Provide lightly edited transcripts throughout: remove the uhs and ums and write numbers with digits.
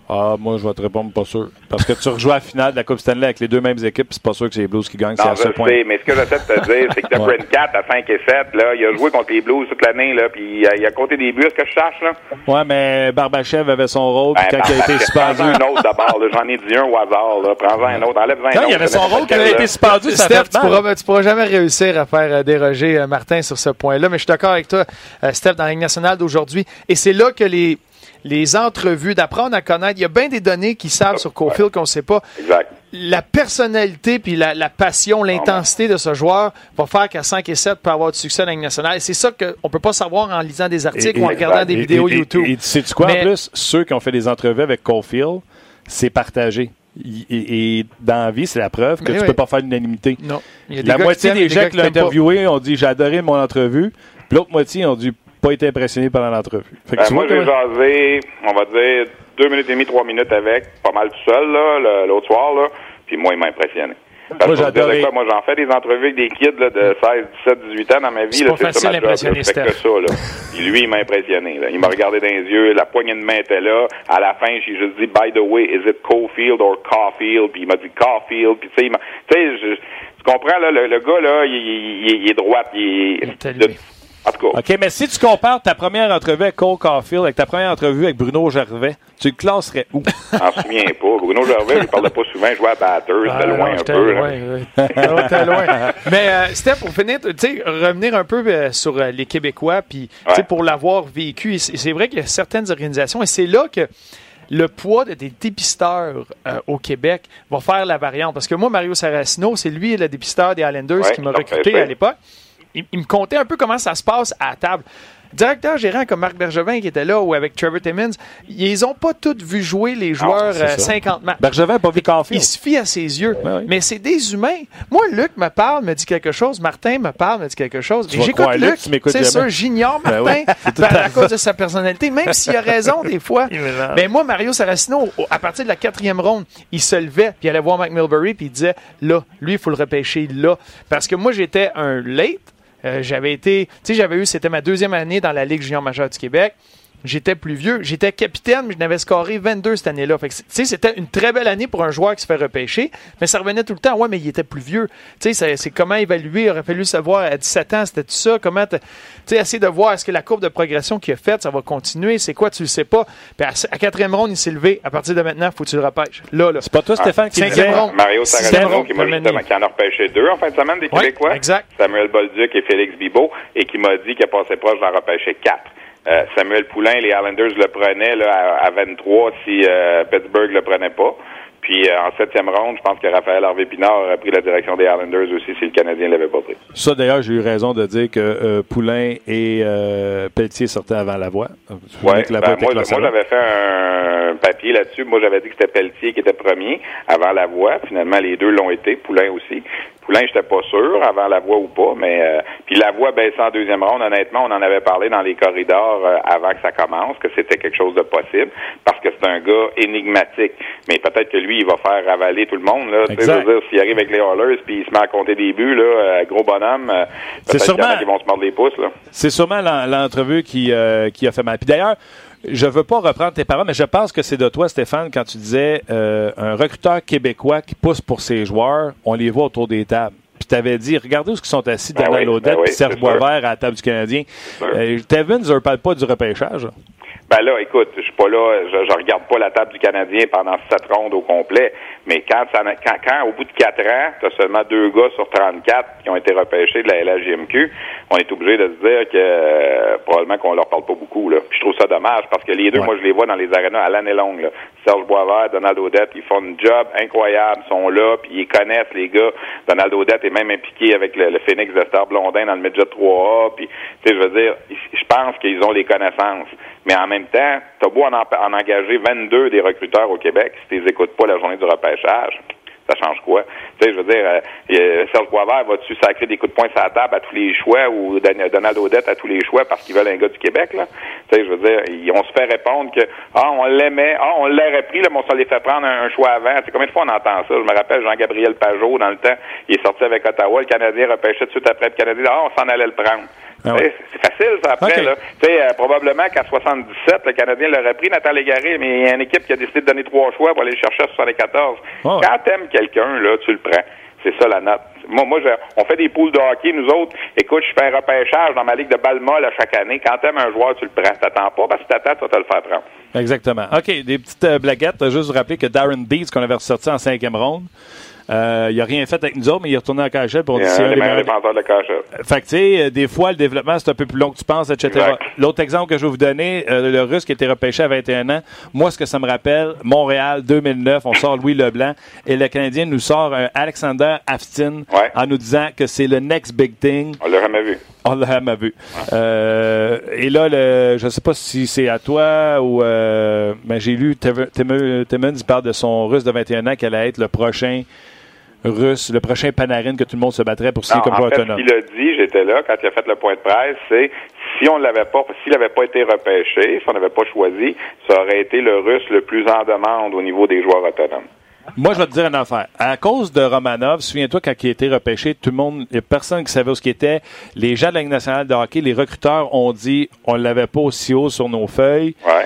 Ah, moi, je vais te répondre pas sûr. Parce que tu rejoues à la finale de la Coupe Stanley avec les deux mêmes équipes, c'est pas sûr que c'est les Blues qui gagnent. Non, c'est à ce point. Mais ce que j'essaie de te dire, c'est que le Brent Cat à 5 et 7, là, il a joué contre les Blues toute l'année, là, puis il a compté des buts, est-ce que je cherche, là? Ouais, mais Barbachev avait son rôle, puis quand il a été suspendu. Prends-en un autre d'abord, là. J'en ai dit un au hasard, là. Prends-en un autre, enlève-en un autre. Non, il avait son rôle quand il a été suspendu, ça Steph, fait mal. tu pourras jamais réussir à faire déroger Martin sur ce point-là, mais je suis d'accord avec toi, Steph, dans la Ligue nationale d'aujourd'hui. Et c'est là que les entrevues, d'apprendre à connaître, il y a bien des données qui savent sur Caulfield qu'on ne sait pas. Exact. La personnalité puis la passion, l'intensité de ce joueur va faire qu'à 5 et 7 peut avoir du succès dans la Ligue nationale. Et c'est ça qu'on ne peut pas savoir en lisant des articles ou en regardant des vidéos YouTube. Et sais-tu quoi, en plus? Ceux qui ont fait des entrevues avec Caulfield, c'est partagé. Et dans la vie, c'est la preuve que tu ne peux pas faire l'unanimité. Non. La moitié des gens qui l'ont interviewé ont dit « J'ai adoré mon entrevue », puis l'autre moitié ont dit « Pas été impressionné pendant l'entrevue ». Moi, j'ai jasé, on va dire, 2 minutes et demie, 3 minutes avec, pas mal tout seul, là, l'autre soir, là, puis moi, il m'a impressionné. Moi, j'en fais des entrevues avec des kids là, de 16, 17, 18 ans dans ma vie. C'est là, pas facile d'impressionner, Steph. Que ça, là. Puis lui, il m'a impressionné. Là. Il m'a regardé dans les yeux, la poignée de main était là. À la fin, j'ai juste dit, by the way, is it Caulfield or Caulfield? Puis il m'a dit Caulfield. Puis tu sais, tu comprends, là, le gars, là, il est droit. En tout cas. OK, mais si tu compares ta première entrevue avec Cole Caulfield avec ta première entrevue avec Bruno Gervais, tu le classerais où? Je m'en souviens pas. Bruno Gervais, je parlais pas souvent, je jouais à batteur, c'était loin un peu. C'était loin. Mais Steph, pour finir, tu sais, revenir un peu sur les Québécois, puis tu sais, pour l'avoir vécu, c'est vrai qu'il y a certaines organisations, et c'est là que le poids des dépisteurs au Québec va faire la variante. Parce que moi, Mario Saracino, c'est lui le dépisteur des Islanders qui m'a recruté à l'époque. Il me contait un peu comment ça se passe à la table. Directeur gérant comme Marc Bergevin qui était là ou avec Trevor Timmins, ils n'ont pas tous vu jouer les joueurs 50 matchs. Bergevin n'a pas vu Caulfield. Il se fie à ses yeux. Oui. Mais c'est des humains. Moi, Luc me parle, me dit quelque chose. Martin me parle, me dit quelque chose. J'écoute Luc. C'est sûr, j'ignore Martin à cause de sa personnalité, même s'il a raison des fois. Mais moi, Mario Saracino, à partir de la 4e ronde, il se levait, puis il allait voir Mike Milbury, puis il disait, là, lui, il faut le repêcher là. Parce que moi, j'étais un late. C'était ma 2e année dans la Ligue junior majeure du Québec. J'étais plus vieux. J'étais capitaine, mais je n'avais scoré 22 cette année-là. Fait que, c'était une très belle année pour un joueur qui se fait repêcher, mais ça revenait tout le temps. Ouais, mais il était plus vieux. C'est comment évaluer. Il aurait fallu savoir à 17 ans, c'était tout ça. Comment essayer de voir est-ce que la courbe de progression qu'il a faite, ça va continuer. C'est quoi, tu le sais pas. Puis à 4e ronde, il s'est levé. À partir de maintenant, il faut que tu le repêches. Là. C'est pas toi, Stéphane, qui disait... Mario Saracino, qui en a repêché 2 en fin de semaine des Québécois. Exact. Samuel Bolduc et Félix Bibeau, et qui m'a dit qu'il passait proche d'en repêcher 4. Samuel Poulain, les Islanders le prenaient là, à 23 si Pittsburgh le prenait pas. Puis en 7e ronde, je pense que Raphaël Harvey-Pinard aurait pris la direction des Islanders aussi si le Canadien l'avait pas pris. Ça, d'ailleurs, j'ai eu raison de dire que Poulain et Pelletier sortaient avant Lavoie. Oui, moi j'avais fait un papier là-dessus. Moi, j'avais dit que c'était Pelletier qui était premier avant Lavoie. Finalement, les deux l'ont été. Poulain aussi. Poulain, j'étais pas sûr, avant Lavoie ou pas, mais puis Lavoie baissait en 2e ronde, honnêtement, on en avait parlé dans les corridors avant que ça commence, que c'était quelque chose de possible, parce que c'est un gars énigmatique. Mais peut-être que lui, il va faire ravaler tout le monde, là. Tu sais, je veux dire, s'il arrive avec les Oilers puis il se met à compter des buts, là, gros bonhomme, peut-être qu'il y en a qui vont se mordre les pouces, là. C'est sûrement l'entrevue qui a fait mal. Puis d'ailleurs, je veux pas reprendre tes paroles, mais je pense que c'est de toi, Stéphane, quand tu disais un recruteur québécois qui pousse pour ses joueurs, on les voit autour des tables. Puis tu avais dit, regardez où ils sont assis, Donald Odette et Serge Boisvert à la table du Canadien. Tevin ne parle pas du repêchage. Ben là, écoute, je suis pas là, je regarde pas la table du Canadien pendant 7 rondes au complet, mais quand au bout de 4 ans, tu as seulement 2 gars sur 34 qui ont été repêchés de la LHJMQ, on est obligé de se dire que probablement qu'on leur parle pas beaucoup, là. Puis je trouve ça dommage parce que les deux, moi je les vois dans les arénas à l'année longue, là. Serge Boisvert, Donald Odette, ils font un job incroyable, sont là, puis ils connaissent les gars. Donald Odette est même impliqué avec le Phoenix de Star Blondin dans le Midget 3A, puis tu sais, je veux dire, je pense qu'ils ont les connaissances. Mais en même temps, t'as beau en engager 22 des recruteurs au Québec, si tu les écoutes pas la journée du repêchage, ça change quoi? Tu sais, je veux dire, Serge Boisvert, va-tu sacrer des coups de poing sur la table à tous les choix ou Donald Odette à tous les choix parce qu'ils veulent un gars du Québec, là? Tu sais, je veux dire, on se fait répondre que, on l'aimait, on l'aurait pris, là, mais on se les fait prendre un choix avant. Tu sais, combien de fois on entend ça? Je me rappelle Jean-Gabriel Pajot, dans le temps, il est sorti avec Ottawa, le Canadien repêchait tout de suite après le Canadien, on s'en allait le prendre. Ah ouais. C'est facile, ça, après. Okay. Là. Probablement qu'à 77, le Canadien l'aurait pris, Nathan Légaré, mais il y a une équipe qui a décidé de donner 3 choix pour aller le chercher à 74. Oh, ouais. Quand t'aimes quelqu'un, là, tu le prends. C'est ça la note. Moi, on fait des poules de hockey, nous autres. Écoute, je fais un repêchage dans ma ligue de balle molle à chaque année. Quand t'aimes un joueur, tu le prends. T'attends pas, parce que t'attends, tu vas te le faire prendre. Exactement. OK, des petites blaguettes. Juste vous rappeler que Darren Deeds, qu'on avait ressorti en 5e ronde, il n'a rien fait avec nous autres, mais il est retourné en cachette pour dire c'est un des meilleurs défenseurs de la cachette. Fait que, tu sais, des fois, le développement, c'est un peu plus long que tu penses, etc. Exact. L'autre exemple que je vais vous donner, le Russe qui a été repêché à 21 ans, moi, ce que ça me rappelle, Montréal, 2009, on sort Louis Leblanc, et le Canadien nous sort un Alexander Aftin en nous disant que c'est le next big thing. On l'a jamais vu. On l'a jamais vu. Ouais. Et là, je ne sais pas si c'est à toi ou... mais j'ai lu Timmons, il parle de son Russe de 21 ans qui allait être le prochain Russe, le prochain Panarin que tout le monde se battrait pour signer comme joueur autonome. Il a dit, j'étais là quand il a fait le point de presse, c'est si on l'avait pas, s'il n'avait pas été repêché, si on n'avait pas choisi, ça aurait été le Russe le plus en demande au niveau des joueurs autonomes. Moi, je vais te dire une affaire. À cause de Romanov, souviens-toi, quand il a été repêché, tout le monde, il n'y a personne qui savait où ce qu'il était. Les gens de la Ligue nationale de hockey, les recruteurs ont dit, on ne l'avait pas aussi haut sur nos feuilles. Ouais.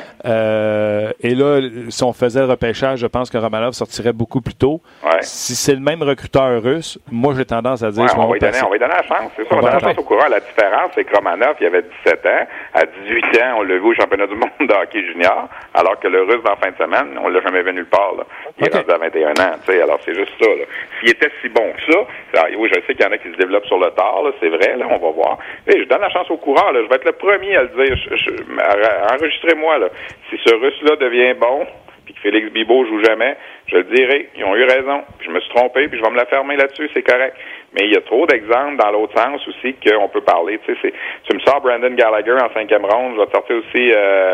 Et là, si on faisait le repêchage, je pense que Romanov sortirait beaucoup plus tôt. Ouais. Si c'est le même recruteur russe, moi, j'ai tendance à dire... Ouais, on va lui donner la chance. C'est ça, on va donner la chance au courant. La différence, c'est que Romanov, il avait 17 ans. À 18 ans, on l'a vu au championnat du monde de hockey junior, alors que le Russe, dans la fin de semaine, on l'a jamais vu nulle part. Là. Il est rendu à 21 ans. Alors, c'est juste ça. Là. S'il était si bon que ça, oui, je sais qu'il y en a qui se développent sur le tard, là, c'est vrai, là, on va voir. Et je donne la chance au courant, là, je vais être le premier à le dire. Enregistrez-moi, là. Si ce Russe-là devient bon, puis que Félix Bibeau joue jamais, je le dirai. Ils ont eu raison. Puis je me suis trompé, puis je vais me la fermer là-dessus, c'est correct. Mais il y a trop d'exemples dans l'autre sens aussi qu'on peut parler. Tu me sors Brandon Gallagher en 5e ronde, je vais te sortir aussi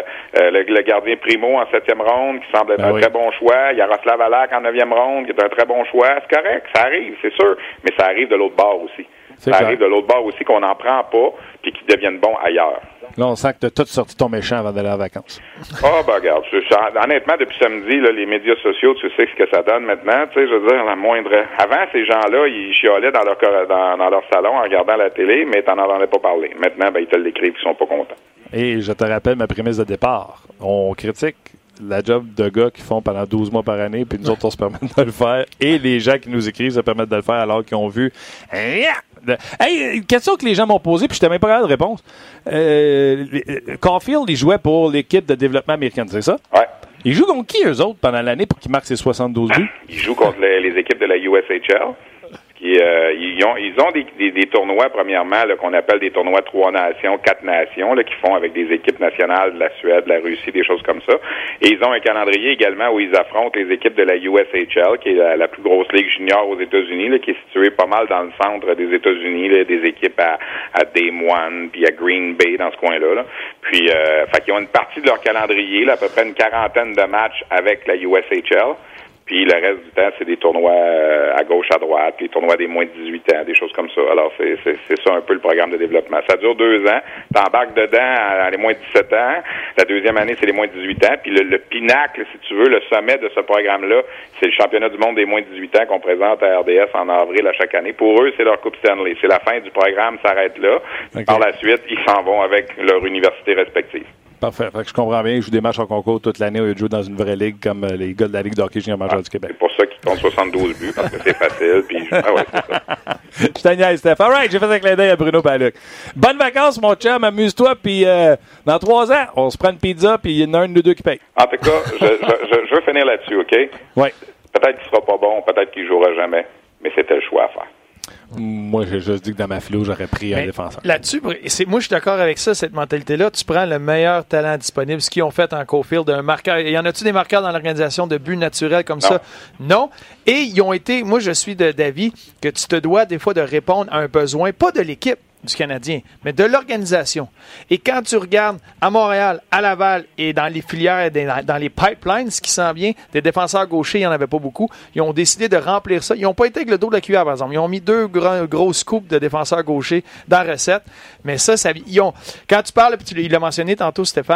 le gardien Primo en 7e ronde, qui semble être un très bon choix. Yaroslav Alak en 9e ronde, qui est un très bon choix. C'est correct, ça arrive, c'est sûr. Mais ça arrive de l'autre bord aussi. Arrive de l'autre bord aussi qu'on n'en prend pas, puis qu'ils deviennent bons ailleurs. Là, on sent que tu as tout sorti ton méchant avant d'aller en vacances. Regarde, honnêtement, depuis samedi, là, les médias sociaux, tu sais ce que ça donne maintenant. Tu sais, je veux dire, la moindre... Avant, ces gens-là, ils chiolaient dans leur salon en regardant la télé, mais t'en entendais pas parler. Maintenant, ils te l'écrivent, ils sont pas contents. Et je te rappelle ma prémisse de départ. On critique la job de gars qui font pendant 12 mois par année, puis nous autres, on se permet de le faire. Et les gens qui nous écrivent se permettent de le faire alors qu'ils ont vu... Hey, une question que les gens m'ont posée, puis je n'étais même pas capable de réponse. Caulfield, il jouait pour l'équipe de développement américaine, c'est ça? Ouais. Il joue contre qui, eux autres, pendant l'année pour qu'ils marquent ses 72 buts? Il joue contre les équipes de la USHL. Ils ont des tournois, premièrement, là, qu'on appelle des tournois 3 nations, 4 nations, là, qui font avec des équipes nationales de la Suède, de la Russie, des choses comme ça. Et ils ont un calendrier également où ils affrontent les équipes de la USHL, qui est la plus grosse ligue junior aux États-Unis, là, qui est située pas mal dans le centre des États-Unis, là, des équipes à Des Moines, puis à Green Bay, dans ce coin-là. Là. Puis, fait qu'ils ont une partie de leur calendrier, là, à peu près une 40aine de matchs avec la USHL. Puis le reste du temps, c'est des tournois à gauche, à droite, les tournois des moins de 18 ans, des choses comme ça. Alors, c'est ça un peu le programme de développement. Ça dure 2 ans. T'embarques dedans à les moins de 17 ans. La deuxième année, c'est les moins de 18 ans. Puis le pinacle, si tu veux, le sommet de ce programme-là, c'est le championnat du monde des moins de 18 ans qu'on présente à RDS en avril à chaque année. Pour eux, c'est leur Coupe Stanley. C'est la fin du programme, s'arrête là. Okay. Par la suite, ils s'en vont avec leur université respective. Parfait. Fait que je comprends bien. Ils jouent des matchs en concours toute l'année au lieu de jouer dans une vraie ligue comme les gars de la Ligue de hockey junior majeur du Québec. C'est pour ça qu'ils comptent 72 buts, parce que c'est facile. Puis, c'est ça. Je t'agnais, Steph. All right, j'ai fait un clin d'œil à Bruno Paluc. Bonnes vacances, mon chum. Amuse-toi. Puis dans 3 ans, on se prend une pizza, puis il y en a un de nous deux qui paye. En tout cas, je veux finir là-dessus, OK? Oui. Peut-être qu'il sera pas bon, peut-être qu'il jouera jamais, mais c'était le choix à faire. Moi, j'ai juste dit que dans ma philo, j'aurais pris un défenseur. Là-dessus, moi, je suis d'accord avec ça, cette mentalité-là. Tu prends le meilleur talent disponible, ce qu'ils ont fait en Caulfield, un marqueur. Y en a-tu des marqueurs dans l'organisation de buts naturels comme ça? Non. Et ils ont été, moi, je suis d'avis que tu te dois des fois de répondre à un besoin, pas de l'équipe du Canadien, mais de l'organisation. Et quand tu regardes à Montréal, à Laval et dans les filières, dans les pipelines, ce qui sent bien, des défenseurs gauchers, il n'y en avait pas beaucoup. Ils ont décidé de remplir ça. Ils n'ont pas été avec le dos de la cuillère, par exemple. Ils ont mis 2 grosses coupes de défenseurs gauchers dans la recette. Mais ça quand tu parles, puis il l'a mentionné tantôt, Stéphane,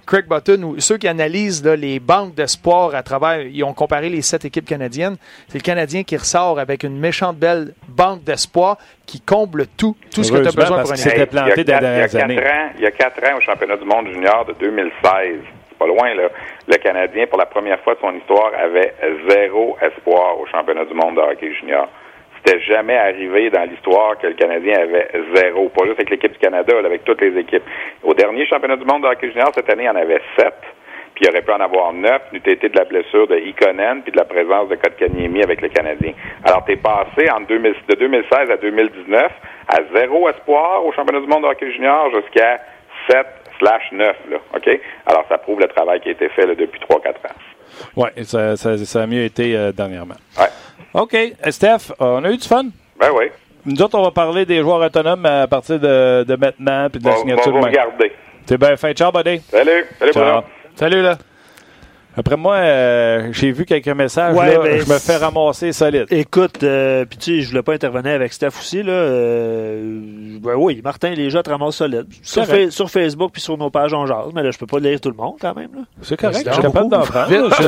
Craig Button ou ceux qui analysent là, les banques d'espoir à travers, ils ont comparé les 7 équipes canadiennes. C'est le Canadien qui ressort avec une méchante belle banque d'espoir qui comble tout ce que tu as besoin pour une équipe. C'était planté dans les dernières années. Il y a 4 ans au championnat du monde junior de 2016, c'est pas loin, là, le Canadien, pour la première fois de son histoire, avait 0 espoir au championnat du monde de hockey junior. C'était jamais arrivé dans l'histoire que le Canadien avait 0. Pas juste avec l'équipe du Canada, là, avec toutes les équipes. Au dernier championnat du monde de hockey junior, cette année, il y en avait 7. Puis il aurait pu en avoir 9, n'eût été de la blessure de Ikonen puis de la présence de Kotkaniemi avec le Canadien. Alors, t'es passé de 2016 à 2019 à 0 espoir au championnat du monde de hockey junior jusqu'à 7/9, là, OK? Alors, ça prouve le travail qui a été fait là, depuis 3-4 ans. Oui, ça a mieux été dernièrement. Ouais. OK. Steph, on a eu du fun? Ben oui. Nous autres, on va parler des joueurs autonomes à partir de maintenant puis de la signature de Mike. Regarder. T'es bien fait. Ciao, buddy. Salut. Salut, Bruno. Salut, là. Après moi, j'ai vu quelques messages. Ouais, là, ben, je me fais ramasser solide. Écoute, puis tu sais, je voulais pas intervenir avec Steph aussi, là. Ben oui, Martin, les gens te ramassent solide. Sur Facebook puis sur nos pages, on jase, mais là, je peux pas lire tout le monde quand même, là. C'est correct, C'est je suis capable d'en prendre.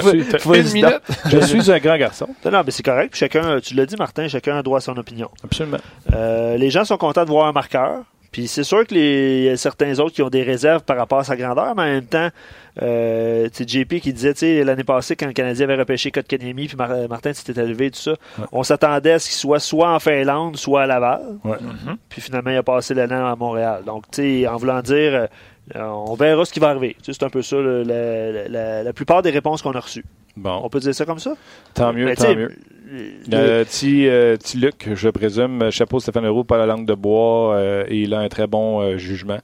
Je suis un grand garçon. Non, mais c'est correct. Puis chacun, tu l'as dit, Martin, chacun a droit à son opinion. Absolument. Les gens sont contents de voir un marqueur. Puis c'est sûr qu'il y a certains autres qui ont des réserves par rapport à sa grandeur, mais en même temps, JP qui disait, l'année passée, quand le Canadien avait repêché Kotkaniemi, puis Martin, tu t'étais levé, tout ça, on s'attendait à ce qu'il soit en Finlande, soit à Laval. Ouais. Puis finalement, il a passé l'année à Montréal. Donc, en voulant dire, on verra ce qui va arriver. C'est un peu ça, la plupart des réponses qu'on a reçues. Bon. On peut dire ça comme ça? Tant mieux, tant mieux. Petit Luc, je présume, chapeau Stéphane Roux, pas la langue de bois, et il a un très bon jugement.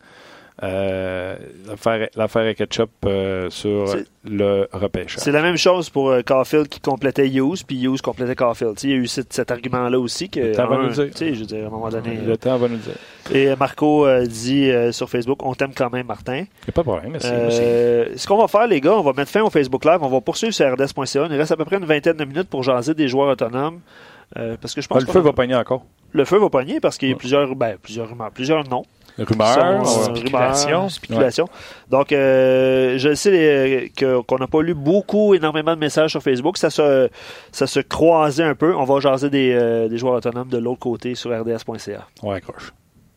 L'affaire est ketchup sur le repêchage. C'est la même chose pour Caulfield qui complétait Hughes, puis Hughes complétait Caulfield. Il y a eu cet argument-là aussi. Que, le temps va nous dire. Je veux dire, à un moment donné. Le temps va nous dire. Et Marco dit sur Facebook, on t'aime quand même, Martin. Il n'y a pas de problème, merci. Ce qu'on va faire, les gars, on va mettre fin au Facebook Live. On va poursuivre sur rds.ca. Il reste à peu près une vingtaine de minutes pour jaser des joueurs autonomes. Parce que je pense le feu va pogner encore. Le feu va pogner parce qu'il y a plusieurs rumeurs, plusieurs noms. Rumeurs, spéculation. Donc, je sais qu'on n'a pas lu énormément de messages sur Facebook. Ça se croisait un peu. On va jaser des joueurs autonomes de l'autre côté sur rds.ca. On accroche.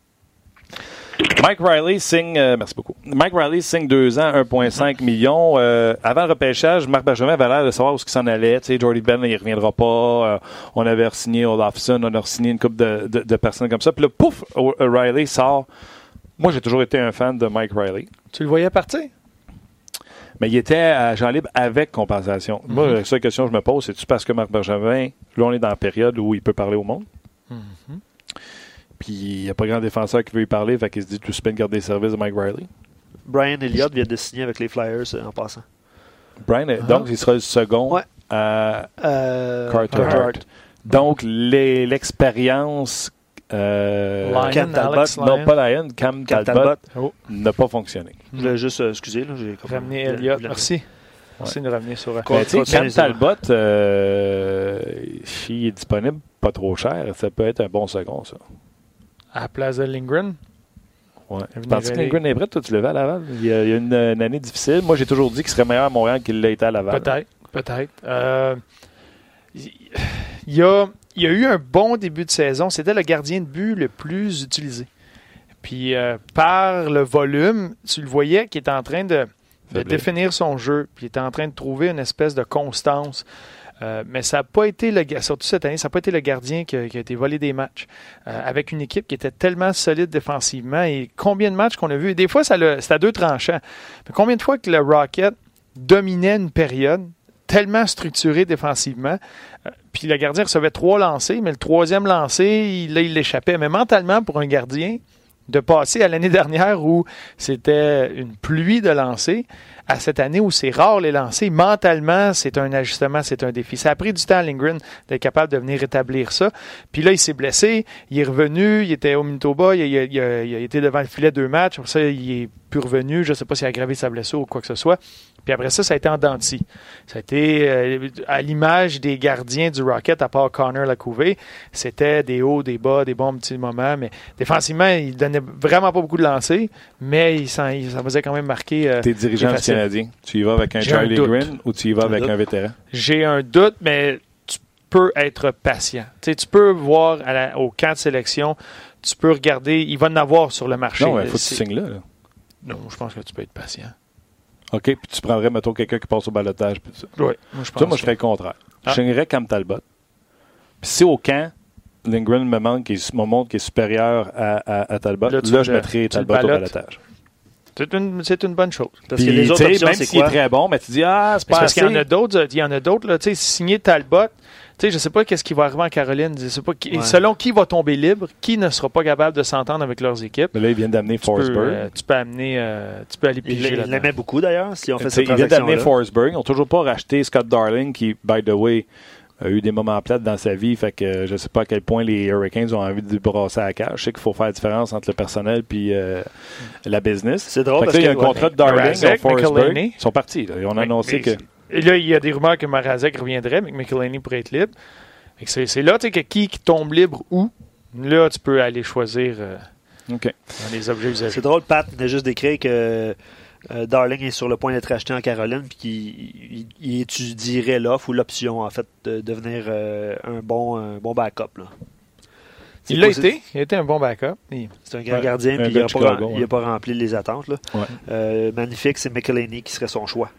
Mike Riley signe, merci beaucoup. Mike Riley signe 2 ans, 1,5 million. Avant le repêchage, Marc Bergevin avait l'air de savoir où il s'en allait. Tu sais, Jordy Ben, il ne reviendra pas. On avait re-signé Olofsson, on a re-signé une couple de personnes comme ça. Puis là, pouf, Riley sort. Moi, j'ai toujours été un fan de Mike Riley. Tu le voyais partir? Mais il était à agent libre avec compensation. Moi, la seule question que je me pose, c'est-tu parce que Marc Bergevin, là, on est dans la période où il peut parler au monde? Puis il n'y a pas grand défenseur qui veut y parler, fait qu'il se dit tout se peine de garder les services de Mike Riley. Brian Elliott vient de signer avec les Flyers en passant. Brian, donc il sera le second à Carter Hart. Donc l'expérience Cam Talbot, non pas Lyon, Cam Talbot n'a pas fonctionné. Je voulais juste, excusez, là, j'ai ramené Elliott. Merci. Merci de revenir sur Cam Talbot, s'il est disponible pas trop cher, ça peut être un bon second, ça. À la place de Lindgren? Ouais. Tu penses que Lindgren est prêt? Toi, tu le veux à Laval? Il y a une année difficile. Moi, j'ai toujours dit qu'il serait meilleur à Montréal qu'il l'a été à Laval. Peut-être. Il y a eu un bon début de saison. C'était le gardien de but le plus utilisé. Puis, par le volume, tu le voyais qu'il était en train de définir son jeu. Puis, il était en train de trouver une espèce de constance. Mais ça n'a pas été, surtout cette année, ça n'a pas été le gardien qui a été volé des matchs. Avec une équipe qui était tellement solide défensivement. Et combien de matchs qu'on a vu? Des fois, c'est à deux tranchants. Mais combien de fois que le Rocket dominait une période tellement structurée défensivement, puis le gardien recevait 3 lancers, mais le 3e lancé, il l'échappait. Mais mentalement, pour un gardien, de passer à l'année dernière où c'était une pluie de lancers, à cette année où c'est rare les lancers, mentalement, c'est un ajustement, c'est un défi. Ça a pris du temps à Lindgren d'être capable de venir rétablir ça. Puis là, il s'est blessé, il est revenu, il était au Manitoba, il a été devant le filet 2 matchs, pour ça, il est plus revenu, je ne sais pas s'il a aggravé sa blessure ou quoi que ce soit. Puis après ça a été en dents de scie. Ça a été à l'image des gardiens du Rocket, à part Connor Lacouvé. C'était des hauts, des bas, des bons petits moments. Mais défensivement, il donnait vraiment pas beaucoup de lancers, mais ça faisait quand même marquer. T'es dirigeant du Canadien. Tu y vas avec un Charlie Green ou tu y vas avec un vétéran? J'ai un doute, mais tu peux être patient. Tu peux voir au camp de sélection, tu peux regarder, il va en avoir sur le marché. Non, il faut que tu signes là. Non, je pense que tu peux être patient. OK, puis tu prendrais, mettons, quelqu'un qui passe au balotage. Oui, moi je pense. Moi, je ferais le contraire. Je signerais Cam Talbot. Puis si au camp, Lindgren me montre qu'il est supérieur à Talbot, là je mettrais Talbot au balotage. C'est une bonne chose. Parce que les autres options, même c'est s'il est quoi? très bon, mais tu dis, c'est pas parce assez. qu'il y en a d'autres, là, tu sais, signer Talbot, tu sais, je sais pas qu'est-ce qui va arriver en Caroline. Je sais pas selon qui va tomber libre, qui ne sera pas capable de s'entendre avec leurs équipes. Mais là, ils viennent d'amener Forsberg. Tu peux aller piger là-dedans. Il l'aimait beaucoup, d'ailleurs, si on fait cette transaction-là. Ils viennent d'amener Forsberg. Ils n'ont toujours pas racheté Scott Darling, qui, by the way, a eu des moments plates dans sa vie. Fait que je sais pas à quel point les Hurricanes ont envie de brasser à la cage. Je sais qu'il faut faire la différence entre le personnel et la business. C'est drôle parce qu'il y a un contrat de Darling et Forsberg. Ils sont partis. Là. Ils ont annoncé que... Et là, il y a des rumeurs que Mrazek reviendrait, mais que McElhinney pourrait être libre. C'est là, tu sais, que qui tombe libre où, là, tu peux aller choisir dans les objets usagés. C'est drôle, Pat venait juste d'écrire que Darling est sur le point d'être acheté en Caroline, puis qu'il étudierait l'offre ou l'option, en fait, de devenir un bon backup. Là. Il a été un bon backup. C'est un grand gardien, puis il n'a pas rempli les attentes. Là. Ouais. Magnifique, c'est McElhinney qui serait son choix.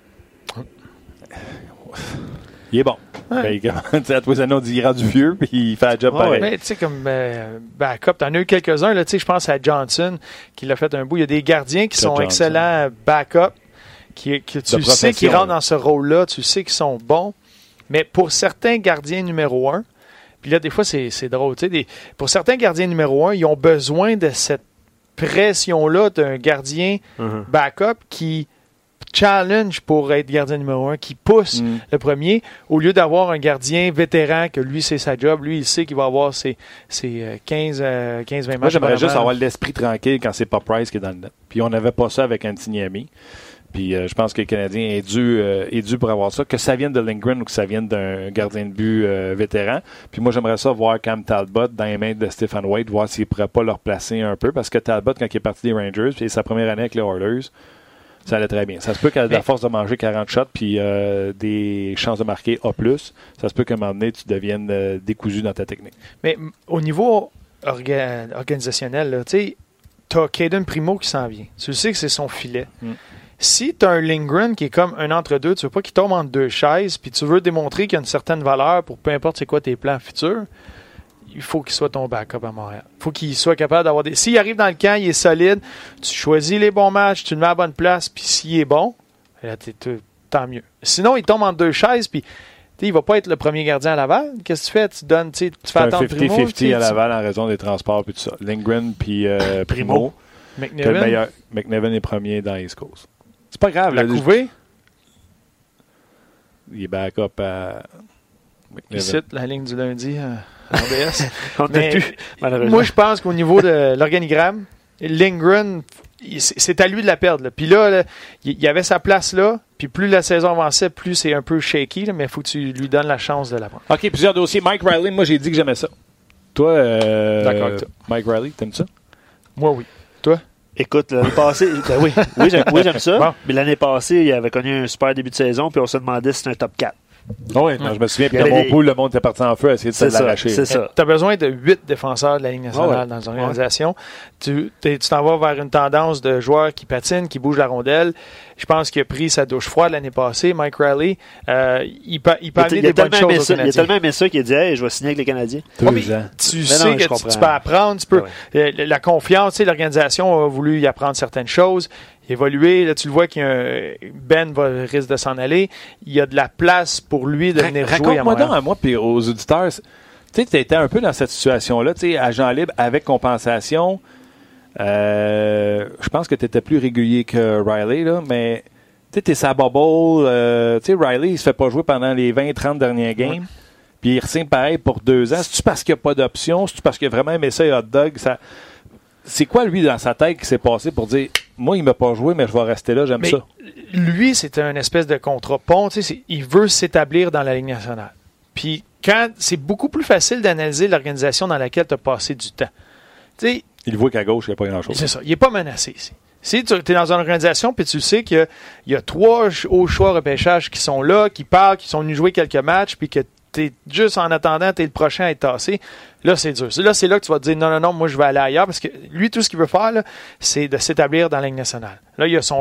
Il est bon. Ouais. À tous les années, on dit qu'il est rendu vieux, puis il fait un job pareil. Mais tu sais, comme backup, t'en as eu quelques-uns. Je pense à Johnson, qui l'a fait un bout. Il y a des gardiens qui sont excellents backup, que tu sais qu'ils rentrent dans ce rôle-là, tu sais qu'ils sont bons. Mais pour certains gardiens numéro 1, puis là, des fois, c'est drôle. Pour certains gardiens numéro 1, ils ont besoin de cette pression-là d'un gardien backup qui challenge pour être gardien numéro 1, qui pousse le premier, au lieu d'avoir un gardien vétéran que lui, c'est sa job. Lui, il sait qu'il va avoir ses 15-20 matchs. Moi, j'aimerais juste avoir l'esprit tranquille quand c'est pas Price qui est dans le net. Puis on n'avait pas ça avec Antiniemi. Puis je pense que le Canadien est dû pour avoir ça. Que ça vienne de Lindgren ou que ça vienne d'un gardien de but vétéran. Puis moi, j'aimerais ça voir Cam Talbot dans les mains de Stephen White, voir s'il ne pourrait pas le replacer un peu. Parce que Talbot, quand il est parti des Rangers, puis sa première année avec les Oilers, ça allait très bien. Ça se peut qu'à la force de manger 40 shots puis des chances de marquer A+, ça se peut qu'à un moment donné, tu deviennes décousu dans ta technique. Mais au niveau organisationnel, tu as Caden Primo qui s'en vient. Tu sais que c'est son filet. Si tu as un Lindgren qui est comme un entre-deux, tu veux pas qu'il tombe entre deux chaises, puis tu veux démontrer qu'il y a une certaine valeur pour peu importe c'est quoi tes plans futurs, il faut qu'il soit ton backup à Montréal. Il faut qu'il soit capable d'avoir des... S'il arrive dans le camp, il est solide, tu choisis les bons matchs, tu le mets à la bonne place, puis s'il est bon, là, tant mieux. Sinon, il tombe entre deux chaises, puis il va pas être le premier gardien à Laval. Qu'est-ce que tu fais? Tu donnes, tu fais attendre Primo. 50-50 à Laval en raison des transports puis tout ça. Lindgren puis Primo. McNevin est premier dans East Coast. C'est pas grave. La couvée? Il est backup à McNevin. Ici, la ligne du lundi à RDS. Moi, je pense qu'au niveau de l'organigramme, Lindgren, c'est à lui de la perdre. Là. Puis là, il y avait sa place là. Puis plus la saison avançait, plus c'est un peu shaky. Là, mais il faut que tu lui donnes la chance de la prendre. OK, plusieurs dossiers. Mike Riley, moi, j'ai dit que j'aimais ça. Toi, d'accord avec toi. Mike Riley, t'aimes ça? Moi, oui. Toi? Écoute, l'année passée, oui, j'aime ça. Bon. Mais l'année passée, il avait connu un super début de saison, puis on se demandait si c'était un top 4. Oui, je me souviens. Puis dans mon pool, le monde était parti en feu à essayer de se l'arracher. C'est ça. Tu as besoin de 8 défenseurs de la Ligue nationale dans l'organisation. Tu t'en vas vers une tendance de joueurs qui patinent, qui bougent la rondelle. Je pense qu'il a pris sa douche froide l'année passée. Mike Riley, il peut amener des bonnes choses aux Canadiens. Il a tellement aimé ça qu'il a dit hey, « je vais signer avec les Canadiens ». Tu sais que tu peux apprendre. La confiance, l'organisation a voulu y apprendre certaines choses. Évoluer, là, tu le vois qu'il y a Ben risque de s'en aller. Il y a de la place pour lui de venir jouer à Montréal. Raconte-moi donc à moi et aux auditeurs. Tu sais, tu étais un peu dans cette situation-là, tu sais, agent libre avec compensation. Je pense que tu étais plus régulier que Riley, là, mais tu sais, tu es sa bubble. Tu sais, Riley, il se fait pas jouer pendant les 20-30 derniers games. Puis il re-signe pareil pour 2 ans. C'est-tu parce qu'il n'y a pas d'option? C'est-tu parce qu'il a vraiment aimé ça et hot dog? c'est quoi, lui, dans sa tête qui s'est passé pour dire « Moi, il m'a pas joué, mais je vais rester là, j'aime ça. » Lui, c'est un espèce de contrat pont. Il veut s'établir dans la Ligue nationale. Puis, c'est beaucoup plus facile d'analyser l'organisation dans laquelle tu as passé du temps. T'sais, il voit qu'à gauche, il n'y a pas grand-chose. C'est ça. Il n'est pas menacé ici. Si tu es dans une organisation puis tu sais qu'il y a 3 hauts choix repêchage qui sont là, qui parlent, qui sont venus jouer quelques matchs, puis que tu es juste en attendant, tu es le prochain à être tassé, là, c'est dur. Là, c'est là que tu vas te dire non, moi, je vais aller ailleurs, parce que lui, tout ce qu'il veut faire, là, c'est de s'établir dans la Ligue nationale. Là, il a son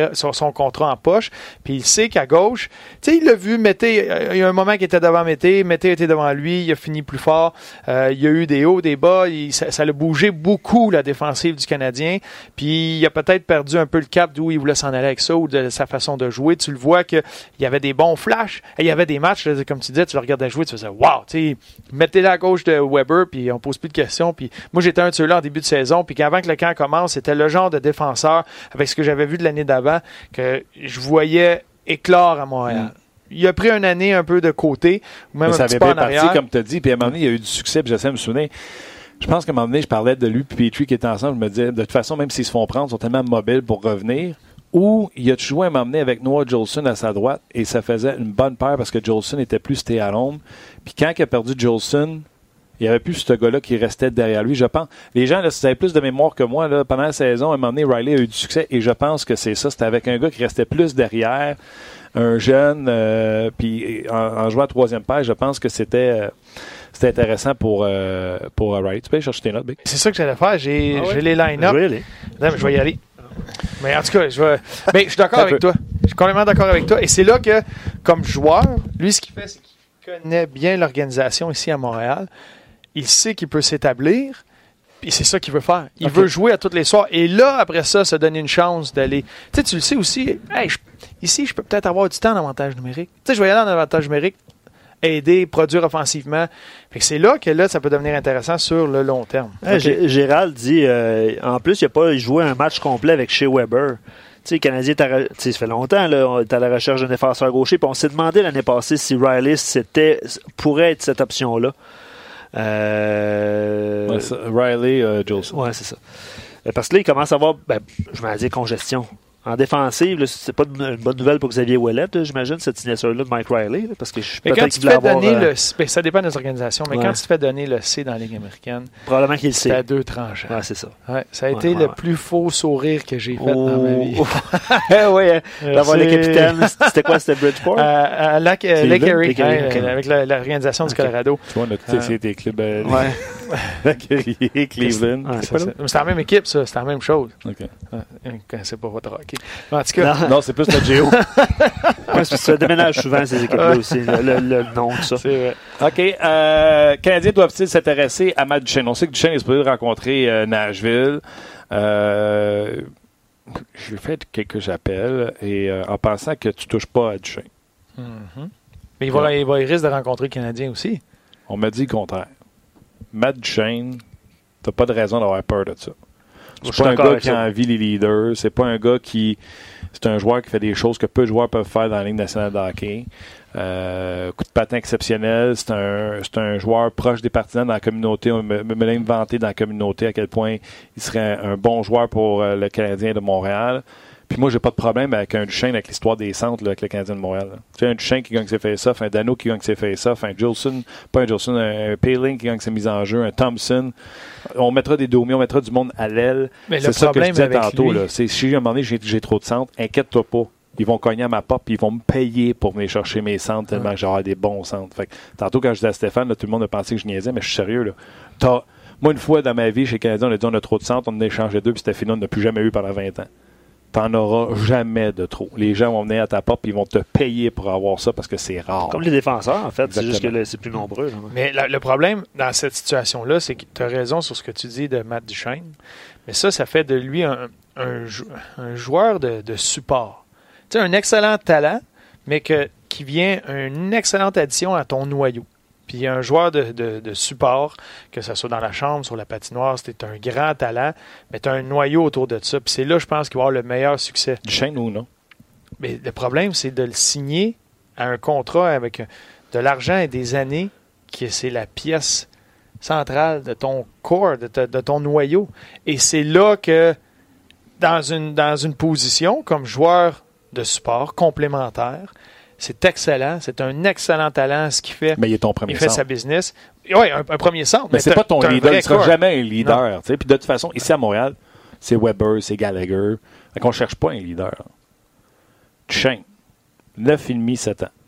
contrat en poche, puis il sait qu'à gauche, tu sais, il l'a vu, Mété, il y a un moment qui était devant Mété était devant lui, il a fini plus fort, il y a eu des hauts, des bas, ça l'a bougé beaucoup, la défensive du Canadien, puis il a peut-être perdu un peu le cap d'où il voulait s'en aller avec ça, ou de sa façon de jouer. Tu le vois qu'il y avait des bons flashs, et il y avait des matchs, là, comme tu disais, tu le regardais jouer, tu faisais « Wow! » Tu sais, mettez-le à gauche de Weber, puis on pose plus de questions, puis moi, j'étais un de ceux-là en début de saison, puis qu'avant que le camp commence, c'était le genre de défenseur, avec ce que j'avais vu de l'année d'avant, que je voyais éclore à Montréal. Il a pris une année un peu de côté, même un petit peu en arrière. Comme tu as dit, puis à un moment donné, il y a eu du succès, puis j'essaie de me souvenir. Je pense qu'à un moment donné, je parlais de lui et Petrie qui étaient ensemble, je me disais, de toute façon, même s'ils se font prendre, ils sont tellement mobiles pour revenir. Ou il a joué à m'emmener avec Noah Jolson à sa droite, et ça faisait une bonne paire parce que Jolson était plus stay à l'ombre. Puis quand il a perdu Jolson, il n'y avait plus ce gars-là qui restait derrière lui. Je pense, les gens, là, si vous avez plus de mémoire que moi, là, pendant la saison, à un moment donné, Riley a eu du succès, et je pense que c'est ça. C'était avec un gars qui restait plus derrière, un jeune, puis en jouant à troisième paire, je pense que c'était intéressant pour Riley. Tu peux aller chercher tes notes, Big? C'est ça que j'allais faire. J'ai les line-up. Je vais y aller. Mais en tout cas, je suis d'accord avec toi. Je suis complètement d'accord avec toi. Et c'est là que, comme joueur, lui, ce qu'il fait, c'est qu'il connaît bien l'organisation ici à Montréal. Il sait qu'il peut s'établir. Puis c'est ça qu'il veut faire. Il veut jouer à tous les soirs. Et là, après ça, se donner une chance d'aller. Tu sais, tu le sais aussi. Hey, ici, je peux peut-être avoir du temps en avantage numérique. Tu sais, je vais y aller en avantage numérique, aider, produire offensivement. Fait que c'est là que ça peut devenir intéressant sur le long terme. Gérald dit, en plus, il n'a pas joué un match complet avec Shea Weber. Tu sais, le Canadien, ça fait longtemps, là, on est à la recherche d'un défenseur gaucher, puis on s'est demandé l'année passée si Riley pourrait être cette option-là. Riley, Jolson. Oui, c'est ça. Parce que là, il commence à avoir, je vais dire congestion. En défensive, c'est pas une bonne nouvelle pour Xavier Ouellet, j'imagine, cette signature-là de Mike Riley. Là, parce que quand tu te fais donner ça dépend des organisations, mais quand tu te fais donner le C dans la Ligue américaine, probablement qu'il sait. C'est à 2 tranches. Ouais, c'est ça. Ouais, ça a été le plus faux sourire que j'ai fait dans ma vie. Oui, d'avoir le capitaine. C'était quoi? C'était Bridgeport? À Lake Erie, avec l'organisation du Colorado. Tu vois, on a tous essayé tes clubs. Lake Erie, Cleveland. C'était la même équipe, ça. C'était la même chose. OK. C'est pas votre hockey. En tout cas, non, c'est plus notre géo. Ça déménage souvent, ces équipes-là aussi, le nom, tout ça. C'est vrai. OK. Canadiens doivent-ils s'intéresser à Matt Duchesne? On sait que Duchesne est supposé rencontrer Nashville. J'ai fait quelques appels et en pensant que tu touches pas à Duchesne. Mm-hmm. Mais il risque de rencontrer le Canadien aussi. On m'a dit le contraire. Matt Duchesne, t'as pas de raison d'avoir peur de ça. C'est pas un gars qui a envie les leaders. C'est pas un gars qui... C'est un joueur qui fait des choses que peu de joueurs peuvent faire dans la Ligue nationale de hockey. Coup de patin exceptionnel. C'est un joueur proche des partisans dans la communauté. On me l'a inventé dans la communauté à quel point il serait un bon joueur pour le Canadien de Montréal. Puis moi, j'ai pas de problème avec un Duchesne, avec l'histoire des centres là, avec le Canadien de Montréal. Tu sais, un Duchesne qui gagne ses face-off, un Dano qui gagne ses face-off, un Jolson, pas un Jolson, un Paling qui gagne ses mises en jeu, un Thompson. On mettra des Domi, on mettra du monde à l'aile. C'est ça que je disais tantôt. Là. Si à un moment donné, j'ai trop de centres, inquiète-toi pas. Ils vont cogner à ma porte puis ils vont me payer pour venir chercher mes centres tellement que j'aurai des bons centres. Fait que, tantôt, quand je disais à Stéphane, là, tout le monde a pensé que je niaisais, mais je suis sérieux. Là. Moi, une fois dans ma vie, chez les Canadiens, on a dit on a trop de centres, on en a échangé 2 puis c'était fini, on n'a plus jamais eu pendant 20 ans. T'en auras jamais de trop. Les gens vont venir à ta porte et ils vont te payer pour avoir ça parce que c'est rare. Comme les défenseurs, en fait. Exactement. C'est juste que là, c'est plus nombreux. Là. Mais le problème dans cette situation-là, c'est que tu as raison sur ce que tu dis de Matt Duchesne. Mais ça fait de lui un joueur de support. Tu sais, un excellent talent, mais qui vient une excellente addition à ton noyau. Puis un joueur de support, que ce soit dans la chambre, sur la patinoire, c'est un grand talent, mais tu as un noyau autour de ça. Puis c'est là, je pense, qu'il va avoir le meilleur succès. Duchesne ou non? Mais le problème, c'est de le signer à un contrat avec de l'argent et des années, que c'est la pièce central de ton corps, de ton noyau. Et c'est là que, dans une position comme joueur de support complémentaire, c'est excellent. C'est un excellent talent ce qu'il fait. Mais il est ton premier centre. Il fait sa business. Oui, un premier centre. Mais c'est pas ton leader. Il ne sera jamais un leader. Puis de toute façon, ici à Montréal, c'est Weber, c'est Gallagher. Fait qu'on ne cherche pas un leader. Duchesne, 9,5, 7 ans.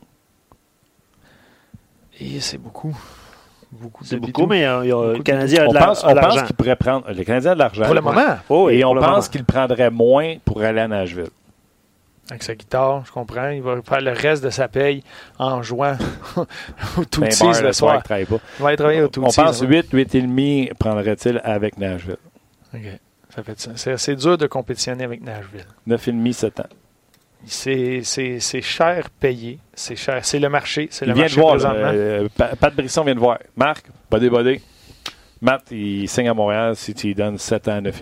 Et c'est beaucoup. C'est beaucoup, mais le Canadien a de l'argent. On pense qu'il pourrait prendre... Le Canadien a de l'argent. Pour le moment. Oh, et on pense qu'il prendrait moins pour aller à Nashville. Avec sa guitare, je comprends. Il va faire le reste de sa paye en jouant au Tootsies le soir. Il va aller travailler au Tootsies. On pense 8,5 prendrait-il avec Nashville. OK. Ça fait ça. C'est dur de compétitionner avec Nashville. 9,5, 7 ans. C'est cher payé. C'est cher. C'est le marché. C'est le marché présentement. Pat Brisson vient de voir. Marc, body. Matt, il signe à Montréal si tu lui donnes 7 ans, 9,5.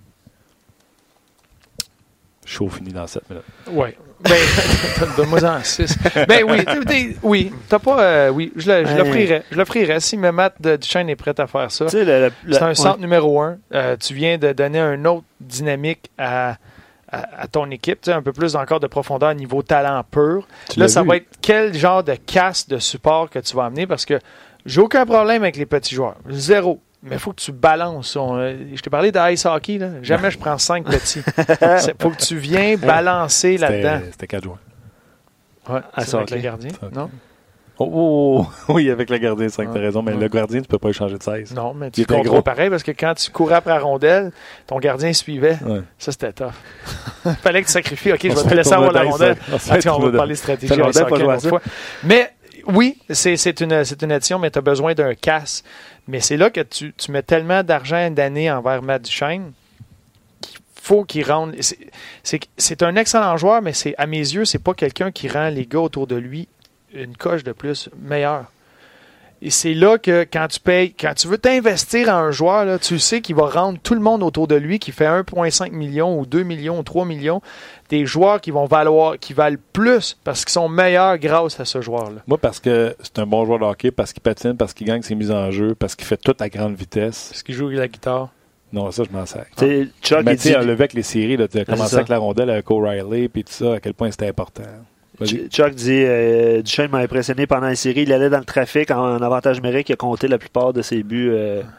Show fini dans 7 minutes. Oui. Ben, donne-moi en 6. Ben oui. T'as pas. Oui, je l'offrirais. Je l'offrirais si Matt Duchesne est prêt à faire ça. C'est un centre numéro 1. Tu viens de donner une autre dynamique à ton équipe, un peu plus encore de profondeur niveau talent pur. Là, ça va être quel genre de casse de support que tu vas amener parce que j'ai aucun problème avec les petits joueurs. Zéro. Mais il faut que tu balances. Je t'ai parlé de ice hockey. Là. Jamais je prends 5 petits. Il faut que tu viennes balancer là-dedans. C'était 4 joueurs. Ouais, avec le gardien, non? Oui, avec le gardien, 5, t'as raison. Mais le gardien, tu peux pas échanger de 16. Non, mais tu contrôles pareil parce que quand tu courais après la rondelle, ton gardien suivait. Ouais. Ça, c'était tough. Fallait que tu sacrifies. OK, je vais te laisser avoir la rondelle. On va parler stratégie ice hockey une autre fois. Mais oui, c'est une addition, mais tu as besoin d'un casse. Mais c'est là que tu mets tellement d'argent d'année envers Matt Duchesne qu'il faut qu'il rende... C'est un excellent joueur, mais à mes yeux, c'est pas quelqu'un qui rend les gars autour de lui une coche de plus meilleure. Et c'est là que quand tu veux t'investir en un joueur, là, tu sais qu'il va rendre tout le monde autour de lui qui fait 1,5 million ou 2 millions ou 3 millions des joueurs qui valent plus parce qu'ils sont meilleurs grâce à ce joueur-là. Moi, parce que c'est un bon joueur de hockey, parce qu'il patine, parce qu'il gagne ses mises en jeu, parce qu'il fait tout à grande vitesse. Parce qu'il joue avec la guitare. Non, ça, je m'en sers. Mais tu sais, avec les séries, tu as commencé avec la rondelle avec O'Reilly, puis tout ça, à quel point c'était important. Chuck dit Duchesne m'a impressionné pendant la série. Il allait dans le trafic en avantage numérique. Il a compté la plupart de ses buts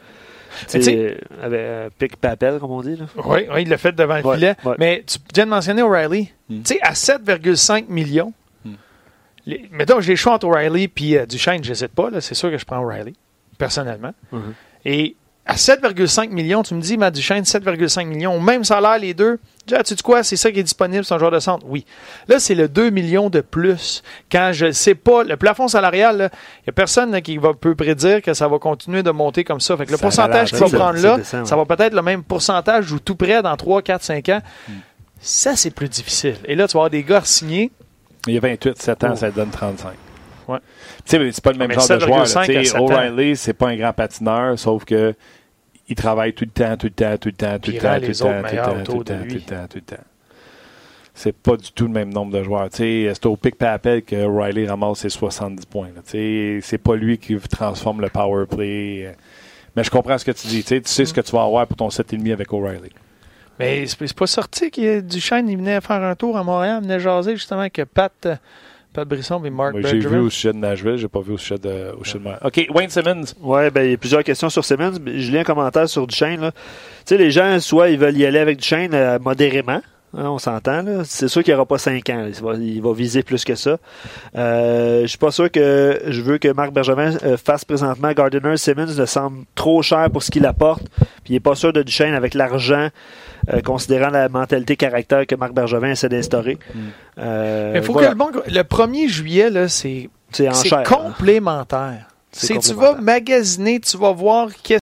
avec pick-papel, comme on dit. Là. Oui, il l'a fait devant le filet. Ouais. Mais tu viens de mentionner O'Reilly. Tu sais, à 7,5 millions, mettons, j'ai le choix entre O'Reilly et Duchesne, je n'hésite pas. Là, c'est sûr que je prends O'Reilly, personnellement. Et à 7,5 millions, tu me dis, Matt Duchesne, 7,5 millions, au même salaire, les deux. Tu sais quoi, c'est ça qui est disponible, c'est un joueur de centre. Oui. Là, c'est le 2 millions de plus. Quand je ne sais pas, le plafond salarial, il n'y a personne là, qui peut prédire que ça va continuer de monter comme ça. Fait que le pourcentage qu'il va prendre là, ça va peut-être le même pourcentage ou tout près dans 3, 4, 5 ans. Ça, c'est plus difficile. Et là, tu vas avoir des gars signés. Il y a 28, 7 ans, ça donne 35. Ouais. Tu sais, c'est pas le même genre de joueur. O'Reilly, c'est pas un grand patineur, sauf que il travaille tout le temps. C'est pas du tout le même nombre de joueurs. C'est au pick-papel que O'Reilly ramasse ses 70 points. C'est pas lui qui transforme le power play. Mais je comprends ce que tu dis. Tu sais ce que tu vas avoir pour ton 7,5 avec O'Reilly. Mais c'est pas sorti que Duchesne il venait faire un tour à Montréal, il venait jaser justement avec Pat Brisson et Mark Bergevin. J'ai vu au sujet de Nashville, j'ai pas vu au sujet de Montréal. OK, Wayne Simmons. Oui, il y a plusieurs questions sur Simmons. Je lis un commentaire sur Duchesne. Tu sais, les gens, soit ils veulent y aller avec Duchesne modérément. On s'entend, là. C'est sûr qu'il n'y aura pas 5 ans. Il va viser plus que ça. Je suis pas sûr que je veux que Marc Bergevin fasse présentement Gardiner. Simmons me semble trop cher pour ce qu'il apporte. Puis il n'est pas sûr de Duchesne avec l'argent, considérant la mentalité caractère que Marc Bergevin essaie d'instaurer. Il faut que le 1er juillet, là, c'est complémentaire. Tu vas magasiner, tu vas voir